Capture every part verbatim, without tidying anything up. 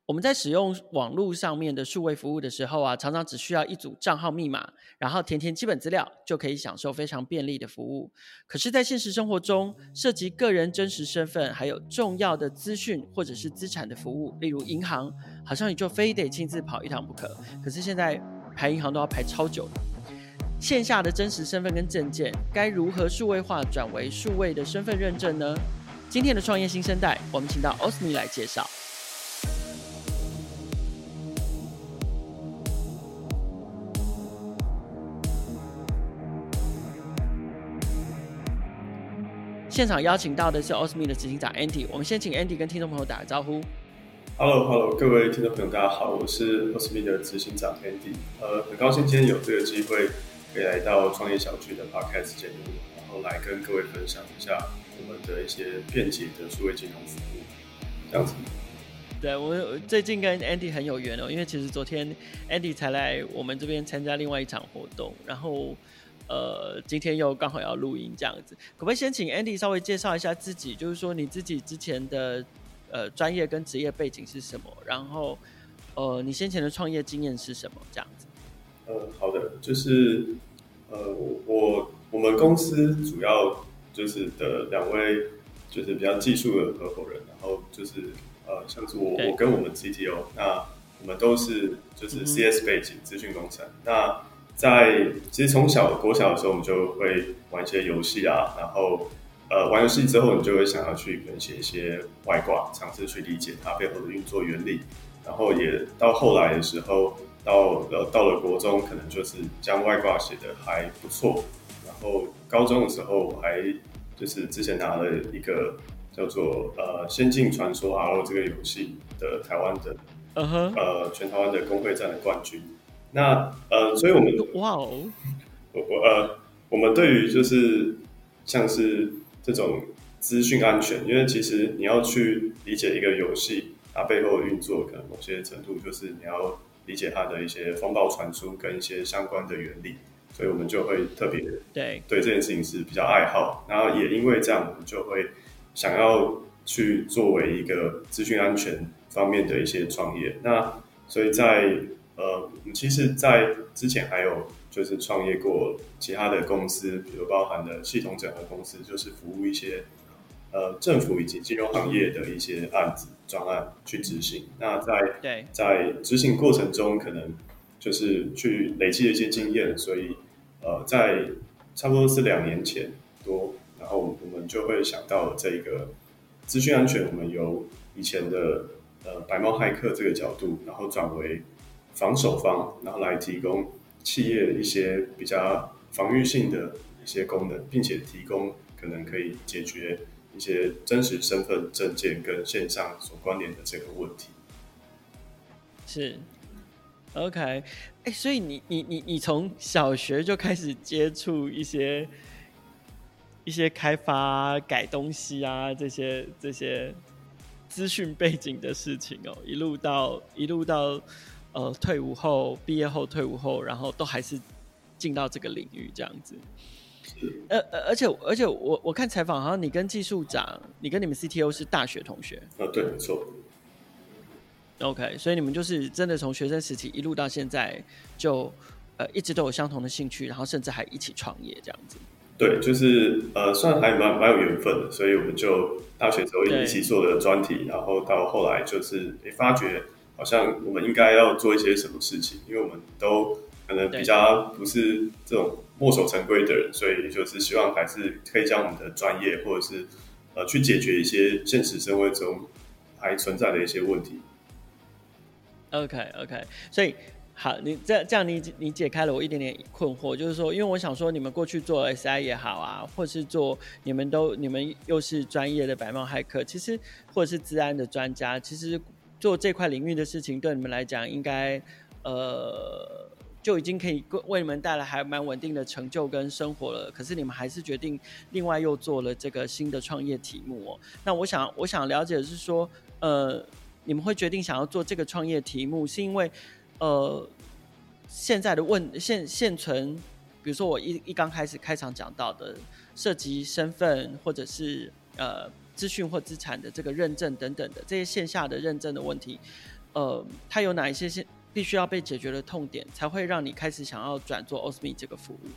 我们在使用网络上面的数位服务的时候啊，常常只需要一组账号密码，然后填填基本资料，就可以享受非常便利的服务。可是在现实生活中，涉及个人真实身份还有重要的资讯或者是资产的服务，例如银行，好像你就非得亲自跑一趟不可。可是现在排银行都要排超久的。线下的真实身份跟证件该如何数位化转为数位的身份认证呢？今天的创业新生代，我们请到 Osmi 来介绍。现场邀请到的是 Osmi 的执行长 Andy， 我们先请 Andy 跟听众朋友打个招呼。 Hello Hello， 各位听众朋友大家好，我是 Osmi 的执行长 Andy， 呃，很高兴今天有这个机会可以来到创业小聚的 Podcast 节目，然后来跟各位分享一下我们的一些便捷的数位金融服务，这样子。 对，我最近跟 Andy 很有缘哦，因为其实昨天 Andy 才来我们这边参加另外一场活动，然后呃，今天又刚好要录音这样子，可不可以先请 Andy 稍微介绍一下自己，就是说你自己之前的呃专业跟职业背景是什么，然后呃你先前的创业经验是什么这样子？ 呃，好的，就是呃我我们公司主要就是的两位就是比较技术的合伙人，然后就是呃像是我我跟我们 C T O， 那我们都是就是 C S 背景，资讯工程，那在其实从小国小的时候，我们就会玩一些游戏啊，然后呃玩游戏之后，你就会想要去写一些外挂，尝试去理解它背后的运作原理。然后也到后来的时候，到呃到了国中，可能就是将外挂写得还不错。然后高中的时候，我还就是之前拿了一个叫做呃《仙境传说 R O》这个游戏的台湾的、uh-huh. 呃全台湾的公会战的冠军。那呃，所以我们哇哦， 我我呃，我们对于就是像是这种资讯安全，因为其实你要去理解一个游戏它背后的运作，可能某些程度就是你要理解它的一些风暴传输跟一些相关的原理，所以我们就会特别对对这件事情是比较爱好，然后也因为这样，我们就会想要去作为一个资讯安全方面的一些创业。那所以在呃，其实在之前还有就是创业过其他的公司，比如包含的系统整合公司，就是服务一些呃政府以及金融行业的一些案子专案去执行。那在在执行过程中，可能就是去累积了一些经验，所以呃，在差不多是两年前多，然后我们就会想到这个资讯安全，我们由以前的呃白猫骇客这个角度，然后转为防守方，然后来提供企业一些比较防御性的一些功能，并且提供可能可以解决一些真实身份证件跟线上所关联的这个问题。 是 ，OK， 哎，所以你你你你从小学就开始接触一些一些开发、改东西啊，这些这些资讯背景的事情哦，一路到一路到。呃，退伍后、毕业后、退伍后，然后都还是进到这个领域这样子。呃，而且而且我我看采访，好像你跟技术长，你跟你们 C T O 是大学同学。 啊，对，没错。 OK， 所以你们就是真的从学生时期一路到现在就，呃一直都有相同的兴趣，然后甚至还一起创业这样子。 对，就是呃，算还蛮蛮有缘分的，所以我们就大学时候一起做的专题，然后到后来就是也发觉。好像我们应该要做一些什么事情，因为我们都可能比较不是这种墨守成规的人，所以就是希望还是可以将我们的专业或者是呃去解决一些现实生活中还存在的一些问题。 OK OK， 所以好，你这这样你你解开了我一点点困惑，就是说，因为我想说你们过去做 S I 也好啊，或是做你们都你们又是专业的白帽骇客，其实或者是资安的专家，其实。做这块领域的事情对你们来讲应该呃就已经可以为你们带来还蛮稳定的成就跟生活了，可是你们还是决定另外又做了这个新的创业题目哦。那我想我想了解的是说呃你们会决定想要做这个创业题目是因为呃现在的问现现存比如说我一一刚开始开场讲到的涉及身份或者是呃资讯或资产的这个认证等等的这些线下的认证的问题， 呃，它有哪一些必须要被解决的痛点，才会让你开始想要转做 O S M I 这个服务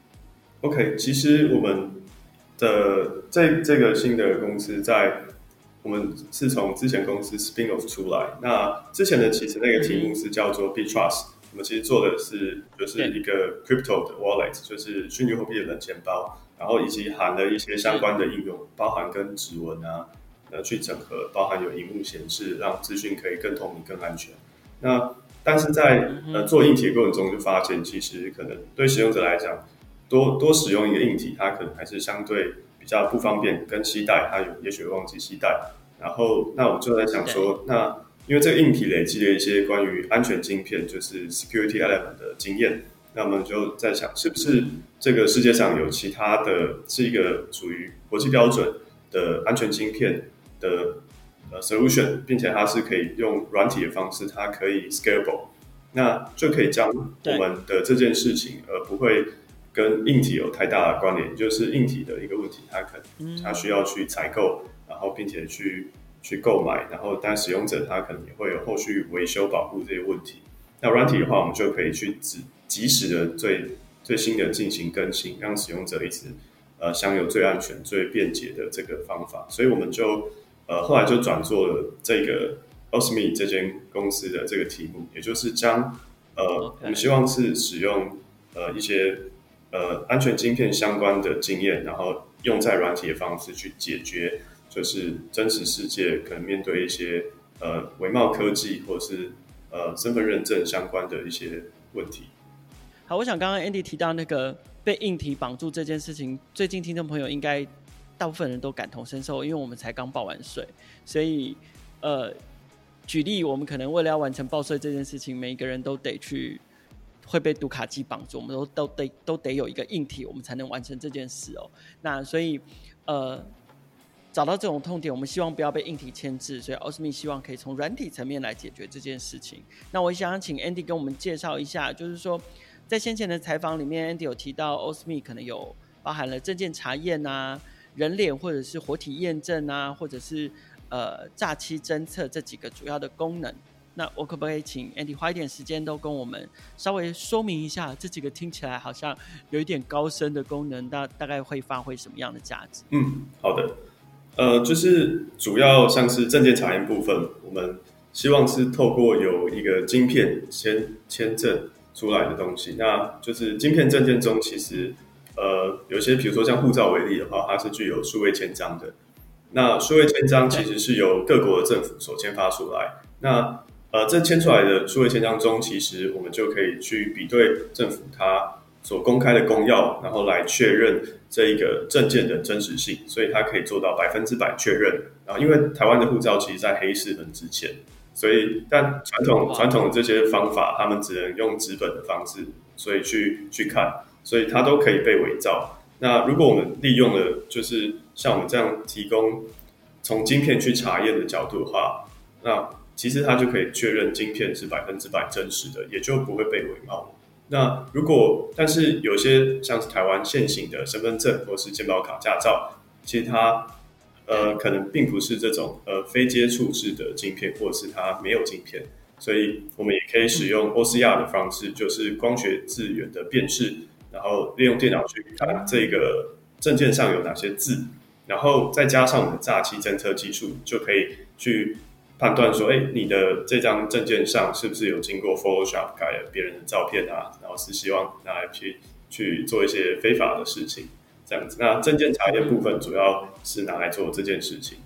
？OK， 其实我们的这这个新的公司在我们是从之前公司 spin off 出来，那之前的其实那个题目是叫做 BitTrust，、嗯、我们其实做的是就是一个 crypto 的 wallet， 就是虚拟货币的冷钱包，然后以及含了一些相关的应用，包含跟指纹啊呃去整合，包含有萤幕显示，让资讯可以更透明、更安全。那但是在呃做硬体的过程中，就发现其实可能对使用者来讲，多多使用一个硬体，它可能还是相对比较不方便，跟携带，它有也许会忘记携带。然后，那我就在想说，那因为这个硬体累积了一些关于安全晶片，就是 security element 的经验，那我们就在想，是不是这个世界上有其他的，是一个属于国际标准的安全晶片的呃 solution， 并且它是可以用软体的方式，它可以 scalable， 那就可以将我们的这件事情，而不会跟硬体有太大的关联，就是硬体的一个问题，它可能它需要去采购。然后并且去去购买，然后但使用者他可能也会有后续维修保护这些问题。那软体的话，我们就可以去及时的最最新的进行更新，让使用者一直呃享有最安全、最便捷的这个方法。所以我们就呃后来就转做了这个 O S M I 这间公司的这个题目，也就是将呃、okay. 我们希望是使用呃一些呃安全晶片相关的经验，然后用在软体的方式去解决。就是真实世界可能面对一些呃微貌科技或者是呃身份认证相关的一些问题。 好，我想刚刚 Andy 提到那个被硬体绑住这件事情，最近听众朋友应该大部分人都感同身受，因为我们才刚报完税，所以呃，举例我们可能为了要完成报税这件事情，每一个人都得去会被读卡机绑住，我们都都得都得有一个硬体，我们才能完成这件事哦。那所以呃。找到这种痛点，我们希望不要被硬体牵制，所以 O S M I 希望可以从软体层面来解决这件事情。那我想请 Andy 跟我们介绍一下，就是说在先前的采访里面 ，Andy 有提到 O S M I 可能有包含了证件查验啊、人脸或者是活体验证啊，或者是呃诈欺侦测这几个主要的功能。那我可不可以请 Andy 花一点时间都跟我们稍微说明一下，这几个听起来好像有一点高深的功能，大大概会发挥什么样的价值？ 嗯，好的。呃，就是主要像是证件查验部分，我们希望是透过有一个晶片签签证出来的东西。那就是晶片证件中，其实呃有些，比如说像护照为例的话，它是具有数位签章的。那数位签章其实是由各国的政府所签发出来。那呃，这签出来的数位签章中，其实我们就可以去比对政府它所公开的公钥，然后来确认这一个证件的真实性，所以它可以做到百分之百确认。然后，因为台湾的护照其实在黑市很值钱，所以但传统传统的这些方法，他们只能用纸本的方式，所以去去看，所以它都可以被伪造。那如果我们利用了，就是像我们这样提供从晶片去查验的角度的话，那其实它就可以确认晶片是百分之百真实的，也就不会被伪冒。那如果，但是有些像是台湾现行的身份证或是健保卡、驾照，其实它呃可能并不是这种呃非接触式的晶片，或者是它没有晶片，所以我们也可以使用 O C R 的方式，就是光学字元的辨识，然后利用电脑去看这个证件上有哪些字，然后再加上我们的诈欺侦测技术，就可以去判断说，哎，你的这张证件上是不是有经过 Photoshop 改了别人的照片啊？然后是希望拿来去去做一些非法的事情，这样子。那证件查验部分主要是拿来做这件事情。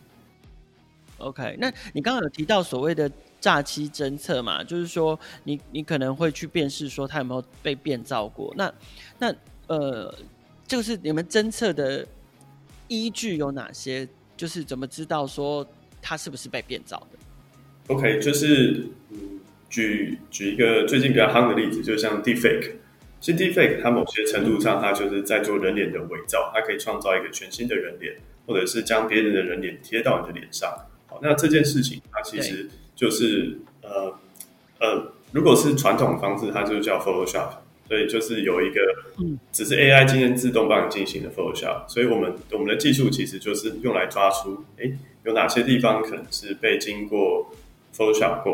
OK， 那你刚刚有提到所谓的诈欺侦测嘛，就是说你你可能会去辨识说他有没有被变造过。那那呃，就是你们侦测的依据有哪些？就是怎么知道说它是不是被变造的？ OK， 就是、嗯、举举一个最近比较夯的例子，就像 Deepfake。其实 Deepfake 它某些程度上，它就是在做人脸的伪造，它可以创造一个全新的人脸，或者是将别人的人脸贴到你的脸上。好，那这件事情它其实就是呃呃，如果是传统方式，它就叫 Photoshop， 所以就是有一个只是 A I 今天自动帮你进行的 Photoshop， 所以我们我们的技术其实就是用来抓出，哎，有哪些地方可能是被经过Photoshop 过，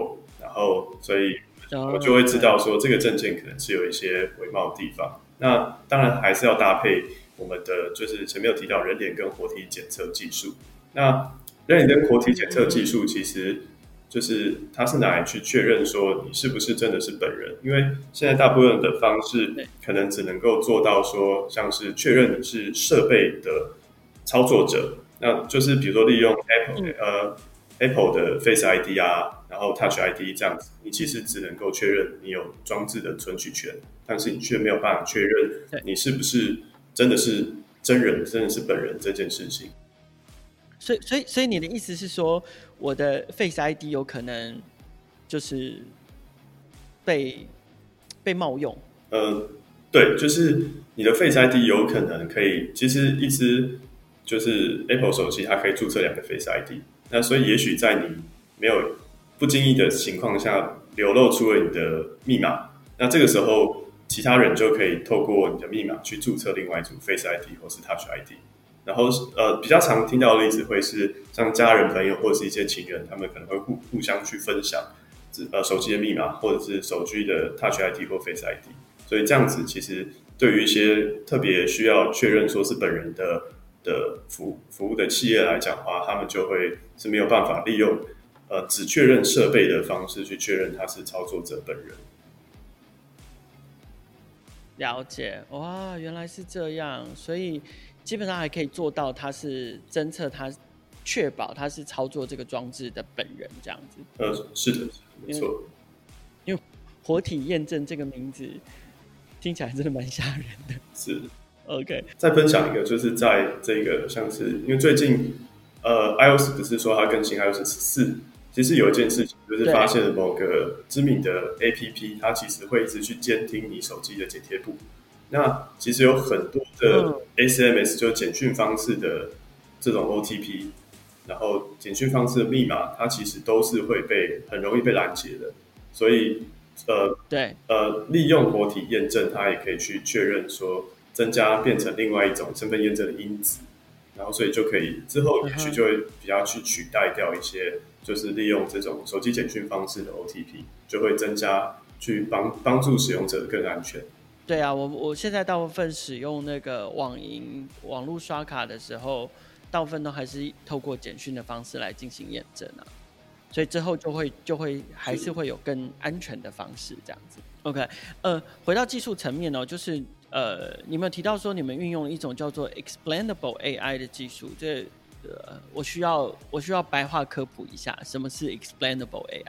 然后所以哦我就会知道说这个证件可能是有一些微妙的地方。那当然还是要搭配我们的就是前面有提到人脸跟活体检测技术。那人脸跟活体检测技术其实就是它是拿来去确认说你是不是真的是本人，因为现在大部分的方式可能只能够做到说像是确认你是设备的操作者，那就是比如说利用 Apple、嗯、呃 Apple 的 Face I D 啊，然后 Touch I D 这样子，你其实只能够确认你有装置的存取权，但是你却没有办法确认你是不是真的是真人，真的是本人这件事情。 所以，所以，所以你的意思是说，我的 Face I D 有可能就是被被冒用？ 呃，对，就是你的 Face I D 有可能可以，其实一支就是 Apple 手机，它可以注册两个 Face I D。那所以，也许在你没有不经意的情况下，流露出了你的密码，那这个时候，其他人就可以透过你的密码去注册另外一组 Face I D 或是 Touch I D。然后呃，比较常听到的例子会是像家人、朋友或者是一些情人，他们可能会互互相去分享呃手机的密码，或者是手机的 Touch I D 或 Face I D。所以这样子其实对于一些特别需要确认说是本人的的服服务的企业来讲的话，他们就会是没有办法利用呃只确认设备的方式去确认他是操作者本人。 了解，哇，原来是这样，所以基本上还可以做到，它是侦测它，确保它是操作这个装置的本人这样子。 呃，是的，没错。 因为活体验证这个名字听起来真的蛮吓人的。 是 ，OK。 再分享一个，就是在这个像是因为最近呃 iOS 不是说它更新 iOS 十四，其实有一件事情就是发现了某个知名的 A P P， 它其实会一直去监听你手机的剪贴簿。那其实有很多的 S M S 就是简讯方式的这种 O T P， 然后简讯方式的密码，它其实都是会被很容易被拦截的。所以呃， 对， 呃，利用活体验证，它也可以去确认说增加变成另外一种身份验证的因子，然后所以就可以之后也许就会比较去取代掉一些，就是利用这种手机简讯方式的 O T P， 就会增加去帮帮助使用者更安全。 对啊，我我现在大部分使用那个网银网络刷卡的时候，大部分都还是透过简讯的方式来进行验证啊，所以之后就会就会还是会有更安全的方式这样子。OK， 呃，回到技术层面哦，就是呃，你们有提到说你们运用了一种叫做 Explainable A I 的技术，这呃，我需要我需要白话科普一下，什么是 Explainable A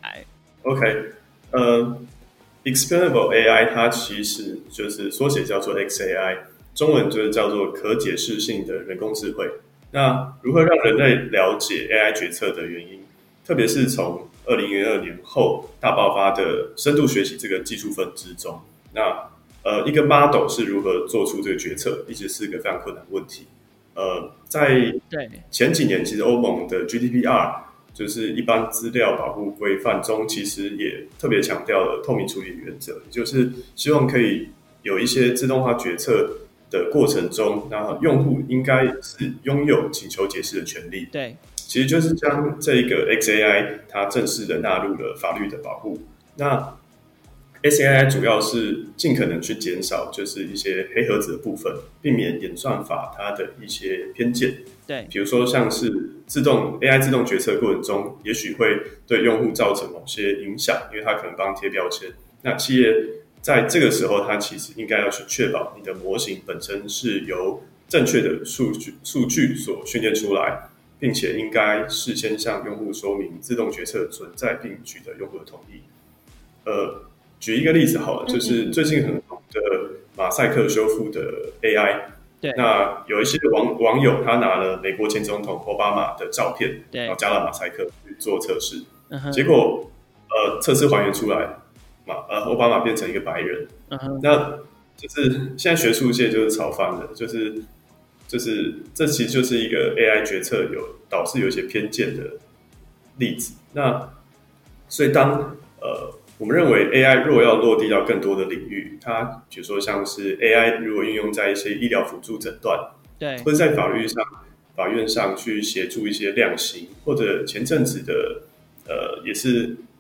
I？OK， 呃。Explainable A I 它其实就是缩写叫做 X A I， 中文就是叫做可解释性的人工智慧。那如何让人类了解 A I 决策的原因，特别是从二零零二年后大爆发的深度学习这个技术分支中，那呃一个 model 是如何做出这个决策，一直是个非常困难的问题。呃，在前几年，其实欧盟的 G D P R。就是一般资料保护规范中，其实也特别强调了透明处理原则，就是希望可以有一些自动化决策的过程中，那用户应该是拥有请求解释的权利。 对， 其实就是将这个 X A I 它正式的纳入了法律的保护。那 X A I 主要是尽可能去减少就是一些黑盒子的部分，避免演算法它的一些偏见。 对， 比如说像是自动 A I 自动决策过程中，也许会对用户造成某些影响，因为它可能帮贴标签。那企业在这个时候，它其实应该要去确保你的模型本身是由正确的数据数据所训练出来，并且应该事先向用户说明自动决策存在，并取得用户的同意。呃，举一个例子好了，就是最近很红的马赛克修复的 A I。 对， 那有一些网网友他拿了美国前总统奥巴马的照片，然后加了马赛克去做测试，嗯、结果呃测试还原出来，马呃奥巴马变成一个白人，嗯、那就是现在学术界就是吵翻了，就是就是这其实就是一个 A I 决策有导致有一些偏见的例子。那所以当呃。我们认为 A I 如果要落地到更多的领域，它比如说像是 A I 如果运用在一些医疗辅助诊断， 对， 或者在法律上、法院上去协助一些量刑，或者前阵子的呃也是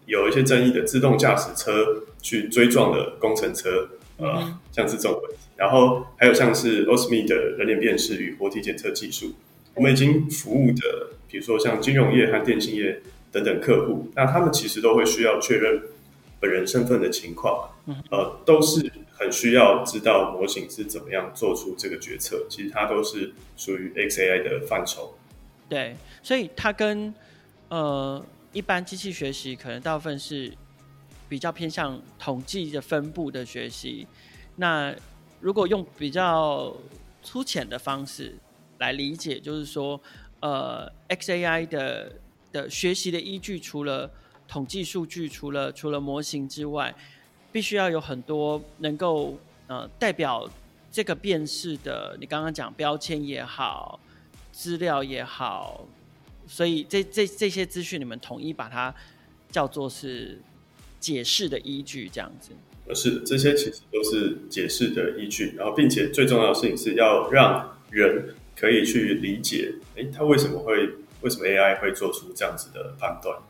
有一些争议的自动驾驶车去追撞的工程车，呃， 嗯、 像是这种问题。然后还有像是 O S M I 的人脸辨识与活体检测技术，我们已经服务的，比如说像金融业和电信业等等客户，那他们其实都会需要确认本人身份的情况，呃，都是很需要知道模型是怎么样做出这个决策。其实它都是属于 X A I 的范畴。 对，所以它跟呃一般机器学习可能大部分是比较偏向统计的分布的学习。那如果用比较粗浅的方式来理解，就是说，呃 ，X A I 的的学习的依据，除了统计数据，除了除了模型之外，必须要有很多能够呃代表这个辨识的，你刚刚讲标签也好，资料也好，所以这这这些资讯，你们统一把它叫做是解释的依据，这样子。 是的，这些其实都是解释的依据，然后并且最重要的事情是要让人可以去理解，哎，他为什么会为什么 A I 会做出这样子的判断。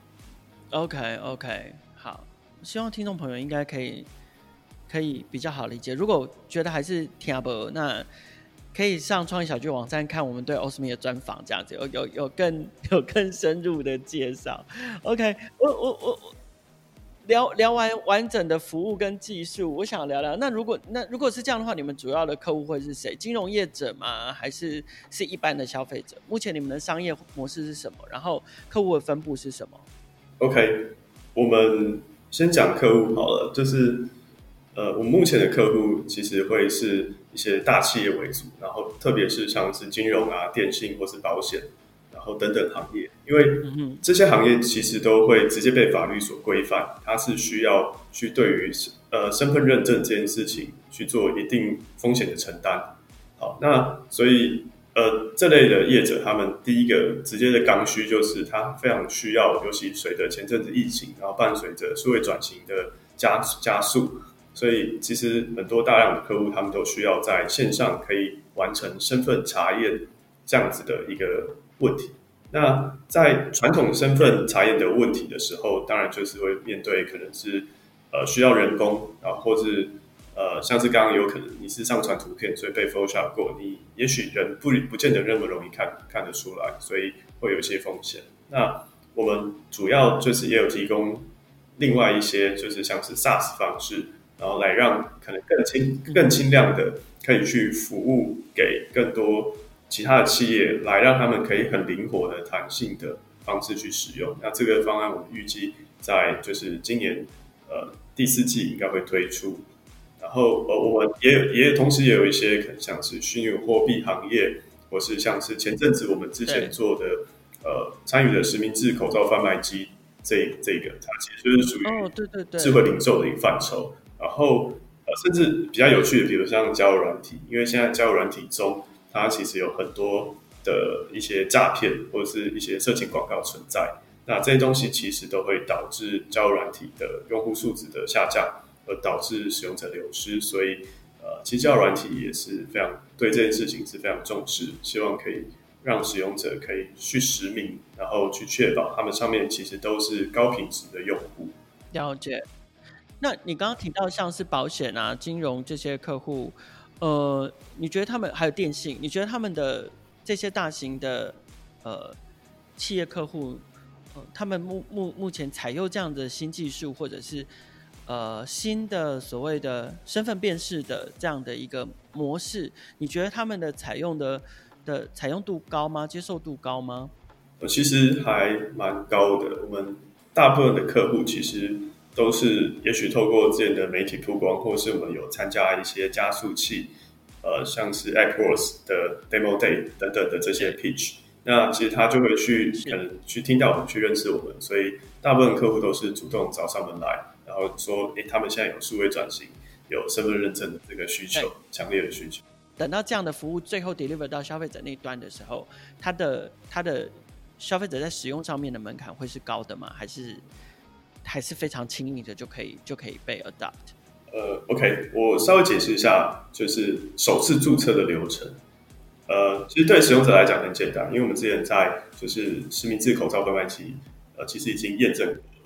OK OK， 好，希望听众朋友应该可以可以比较好理解。如果觉得还是听不懂，那可以上创意小聚网站看我们对 O S M I 的专访，这样子有有有更有更深入的介绍。OK， 我我我聊聊完完整的服务跟技术，我想聊聊，那如果那如果是这样的话，你们主要的客户会是谁？金融业者吗？还是是一般的消费者？目前你们的商业模式是什么？然后客户的分布是什么？ OK， 我们先讲客户好了，就是呃，我们目前的客户其实会是一些大企业为主，然后特别是像是金融啊、电信或是保险，然后等等行业，因为这些行业其实都会直接被法律所规范，它是需要去对于呃身份认证这件事情去做一定风险的承担。好，那所以呃这类的业者，他们第一个直接的刚需就是他非常需要，尤其随着前阵子疫情，然后伴随着数位转型的加加速。所以其实很多大量的客户，他们都需要在线上可以完成身份查验这样子的一个问题。那在传统身份查验的问题的时候，当然就是会面对可能是呃需要人工，然后或是呃像是刚刚有可能你是上传图片，所以被 Photoshop 过，你也许人不不见得那么容易看看得出来，所以会有一些风险。那我们主要就是也有提供另外一些就是像是 SaaS 方式。然后来让可能更轻、更轻量的，可以去服务给更多其他的企业，来让他们可以很灵活的、弹性的方式去使用。那这个方案我们预计在就是今年呃第四季应该会推出。然后呃我们也也同时也有一些可能像是虚拟货币行业，或是像是前阵子我们之前做的呃参与的实名制口罩贩卖机这这个，它其实就是属于智慧零售的一个范畴。然后，呃，甚至比较有趣的，比如像交友软体，因为现在交友软体中，它其实有很多的一些诈骗或者是一些色情广告存在。那这些东西其实都会导致交友软体的用户素质的下降，而导致使用者流失。所以，呃，其实交友软体也是非常对这件事情是非常重视，希望可以让使用者可以去实名，然后去确保他们上面其实都是高品质的用户。 了解。那你刚刚提到像是保险啊、金融这些客户，呃，你觉得他们还有电信，你觉得他们的这些大型的呃企业客户，呃，他们目目目前采用这样的新技术，或者是呃新的所谓的身份辨识的这样的一个模式，你觉得他们的采用的的采用度高吗？接受度高吗？ 其实还蛮高的。我们大部分的客户其实都是也许透过之前的媒体曝光，或是我们有参加一些加速器，呃，像是 AppWorks 的 Demo Day 等等的这些 pitch， 那其实他就会去可能去听到我们，去认识我们，所以大部分客户都是主动找上门来，然后说，哎，他们现在有数位转型，有身份认证的这个需求，强烈的需求。 等到这样的服务最后 deliver 到消费者那端的时候，它的它的消费者在使用上面的门槛会是高的吗？还是还是非常轻易的就可以就可以被 adopt？ 呃 ，OK， 我稍微解释一下，就是首次注册的流程。呃，其实对使用者来讲很简单，因为我们之前在就是实名制口罩贩卖机，呃，其实已经验证过，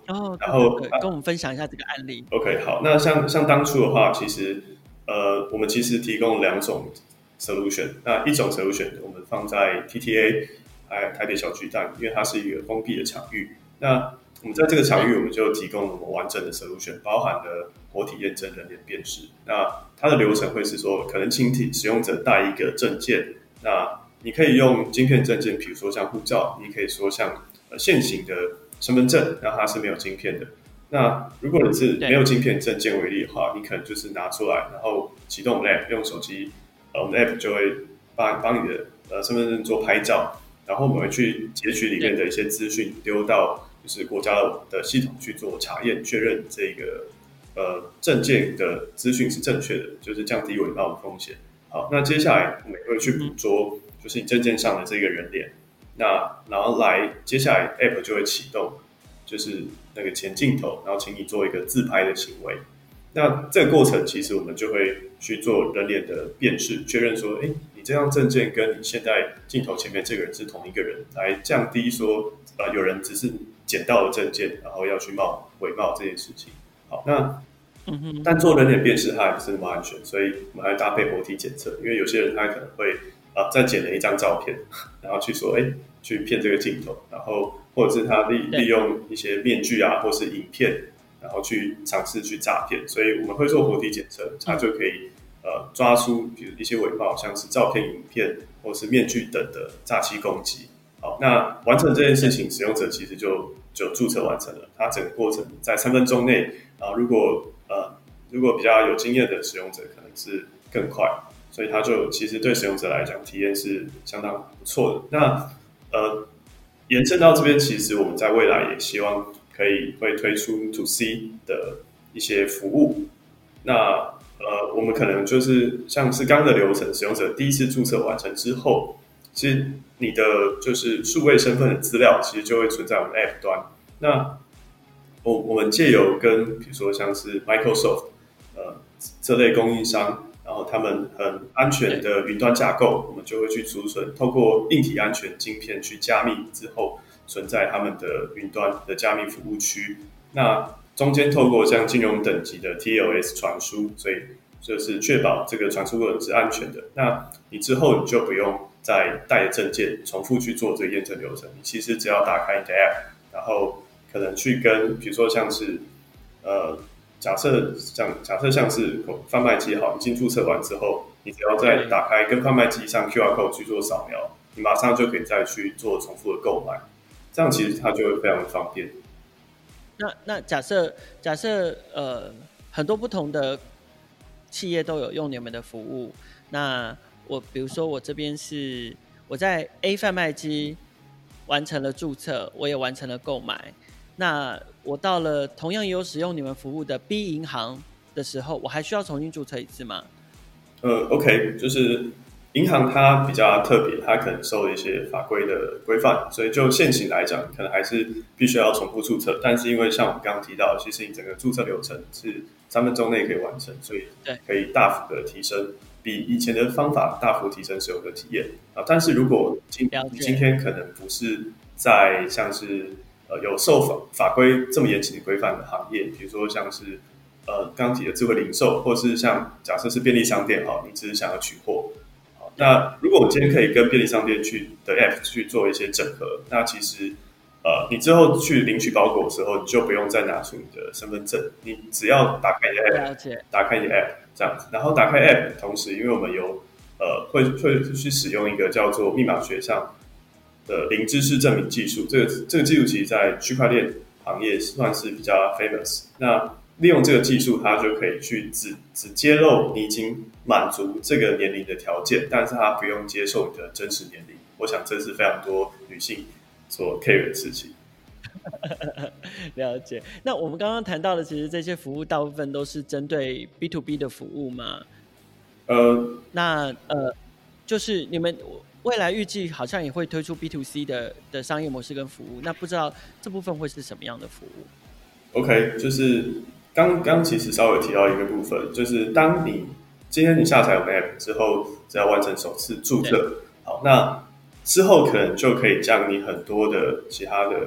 哦， 然后对对对，跟我们分享一下这个案例。 OK，好，那像像当初的话，其实呃，我们其实提供两种 solution。那一种 solution 我们放在 T T A， 还台北小巨蛋，因为它是一个封闭的场域。那我们在这个场域，我们就提供了我们完整的 solution， 包含了活体验证、人脸辨识。那它的流程会是说，可能请使用者带一个证件，那你可以用晶片证件，比如说像护照，你可以说像呃现行的身份证，那它是没有晶片的。那如果你是没有晶片证件为例的话，你可能就是拿出来，然后启动我们 app， 用手机，呃，我们的 app 就会帮帮你的呃身份证做拍照，然后我们会去截取里面的一些资讯，丢到就是国家的系统去做查验，确认这个呃证件的资讯是正确的，就是降低伪冒的风险。好，那接下来我们也会去捕捉，就是你证件上的这个人脸，那然后来接下来 app 就会启动。就是那个前镜头，然后请你做一个自拍的行为。那这个过程其实我们就会去做人脸的辨识，确认说，哎，你这张证件跟你现在镜头前面这个人是同一个人，来降低说，呃，有人只是捡到了证件，然后要去冒伪冒这件事情。好，那但做人脸辨识它还不是那么安全，所以我们还搭配活体检测，因为有些人他可能会啊、呃、再剪了一张照片，然后去说，哎，去骗这个镜头，然后。或者是他利利用一些面具啊，或是影片，然后去尝试去诈骗，所以我们会做活体检测，它就可以呃抓出比如一些伪冒，像是照片、影片或是面具等的诈欺攻击。好，那完成这件事情，使用者其实就就注册完成了，它整个过程在三分钟内。然后如果呃如果比较有经验的使用者，可能是更快，所以它就其实对使用者来讲，体验是相当不错的。那呃。延伸到这边，其实我们在未来也希望可以会推出 to C 的一些服务。那呃，我们可能就是像是刚刚的流程，使用者第一次注册完成之后，其实你的就是数位身份的资料，其实就会存在我们 App 端。那我我们借由跟比如说像是 Microsoft 呃这类供应商。然后他们很安全的云端架构，我们就会去储存，透过硬体安全晶片去加密之后，存在他们的云端的加密服务区。那中间透过像金融等级的 T L S 传输，所以就是确保这个传输过程是安全的。那你之后你就不用再带着证件重复去做这个验证流程，你其实只要打开你的 App， 然后可能去跟比如说像是呃。假设像假设像是贩卖机好，你经注册完之后，你只要再打开跟贩卖机上 Q R code 去做扫描，你马上就可以再去做重复的购买，这样其实它就会非常的方便。 那那假设假设呃很多不同的企业都有用你们的服务，那我比如说我这边是我在 A 贩卖机完成了注册，我也完成了购买。那我到了同样也有使用你们服务的 B 银行的时候，我还需要重新注册一次吗？ 呃 ，OK， 就是银行它比较特别，它可能受了一些法规的规范，所以就现行来讲，可能还是必须要重复注册。但是因为像我们刚刚提到，其实你整个注册流程是三分钟内可以完成，所以可以大幅的提升，比以前的方法大幅提升使用的体验啊。但是如果今今天可能不是在像是呃，有受法法规这么严谨的规范的行业，比如说像是呃刚提的智慧零售，或是像假设是便利商店哈，你只是想要取货，好，那如果我今天可以跟便利商店去的 App 去做一些整合，那其实呃你之后去领取包裹的时候，你就不用再拿出你的身份证，你只要打开你的 App， 打开你的 App 这样子，然后打开 App， 同时因为我们有呃会会去使用一个叫做密码学上。的零知识证明技术，这个这个技术其实在区块链行业算是比较 famous。那利用这个技术，它就可以去只只揭露你已经满足这个年龄的条件，但是它不用接受你的真实年龄。我想这是非常多女性所 care 的事情。 了解。那我们刚刚谈到的，其实这些服务大部分都是针对 B to B 的服务嘛？呃，那呃，就是你们。未来预计好像也会推出 B to C 的的商业模式跟服务，那不知道这部分会是什么样的服务 ？OK， 就是刚刚其实稍微提到一个部分，就是当你今天你下载我们 App 之后，只要完成首次注册，好，那之后可能就可以将你很多的其他的一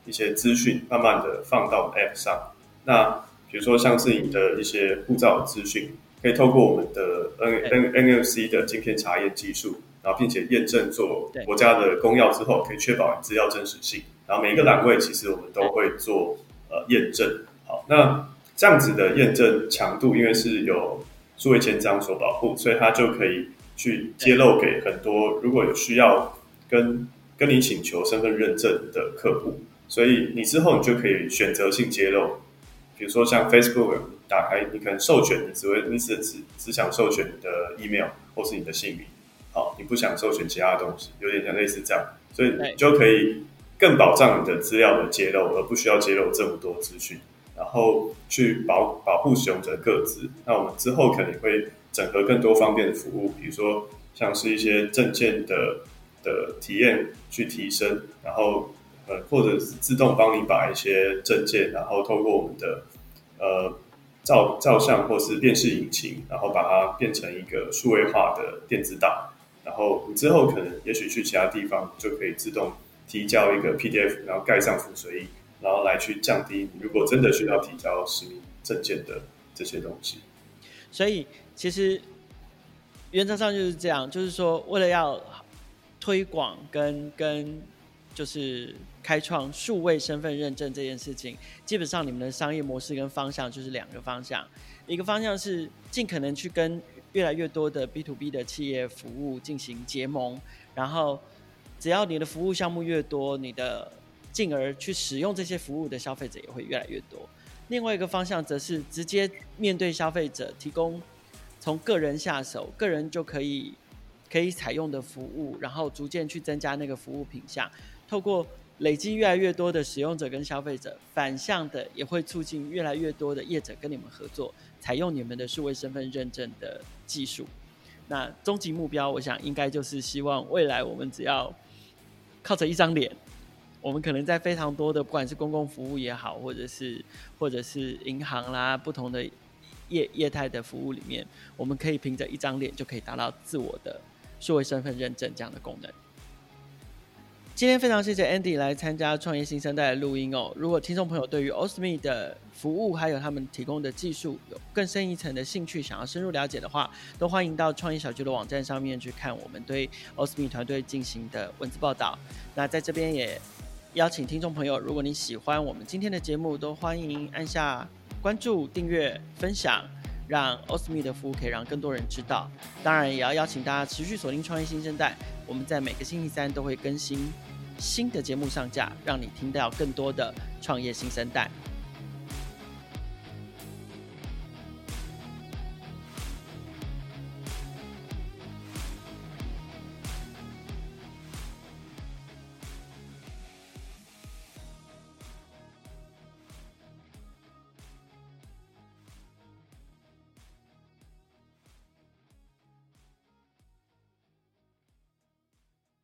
一些资讯，慢慢的放到 App 上。那比如说像是你的一些护照资讯，可以透过我们的 N N F C 的晶片查验技术，然后并且验证做国家的公钥之后，可以确保你资料真实性。然后每一个栏位其实我们都会做呃验证。好，那这样子的验证强度，因为是有数位签章所保护，所以它就可以去揭露给很多如果有需要跟跟你请求身份认证的客户，所以你之后你就可以选择性揭露。比如说像 Facebook 打开，你可能授权，你只会你只只只想授权你的 email 或是你的姓名，好，你不想授权其他的东西，有点像类似这样，所以你就可以更保障你的资料的揭露，而不需要揭露这么多资讯，然后去保保护使用者个资。那我们之后可能会整合更多方面的服务，比如说像是一些证件的的体验去提升，然后呃或者是自动帮你把一些证件，然后透过我们的呃照照相或是辨识引擎，然后把它变成一个数位化的电子档，然后你之后可能也许去其他地方就可以自动提交一个 P D F， 然后盖上附水印，然后来去降低你如果真的需要提交实名证件的这些东西。 所以其实原则上就是这样，就是说为了要推广跟跟就是开创数位身份认证这件事情，基本上你们的商业模式跟方向就是两个方向，一个方向是尽可能去跟越来越多的 B to B 的企业服务进行结盟，然后只要你的服务项目越多，你的进而去使用这些服务的消费者也会越来越多。另外一个方向则是直接面对消费者，提供从个人下手，个人就可以可以采用的服务，然后逐渐去增加那个服务品项，透过累积越来越多的使用者跟消费者，反向的也会促进越来越多的业者跟你们合作，采用你们的数位身份认证的技术。那终极目标我想应该就是希望未来我们只要靠着一张脸，我们可能在非常多的不管是公共服务也好，或者是或者是银行啦，不同的业业态的服务里面，我们可以凭着一张脸就可以达到自我的数位身份认证这样的功能。今天非常谢谢 Andy 来参加创业新生代的录音哦。如果听众朋友对于 O S M E 的服务还有他们提供的技术有更深一层的兴趣，想要深入了解的话，都欢迎到创业小聚的网站上面去看我们对 O S M E 团队进行的文字报道。那在这边也邀请听众朋友，如果你喜欢我们今天的节目，都欢迎按下关注、订阅、分享，让 O S M E 的服务可以让更多人知道。当然也要邀请大家持续锁定创业新生代，我们在每个星期三都会更新新的节目上架，让你听到更多的创业新生代。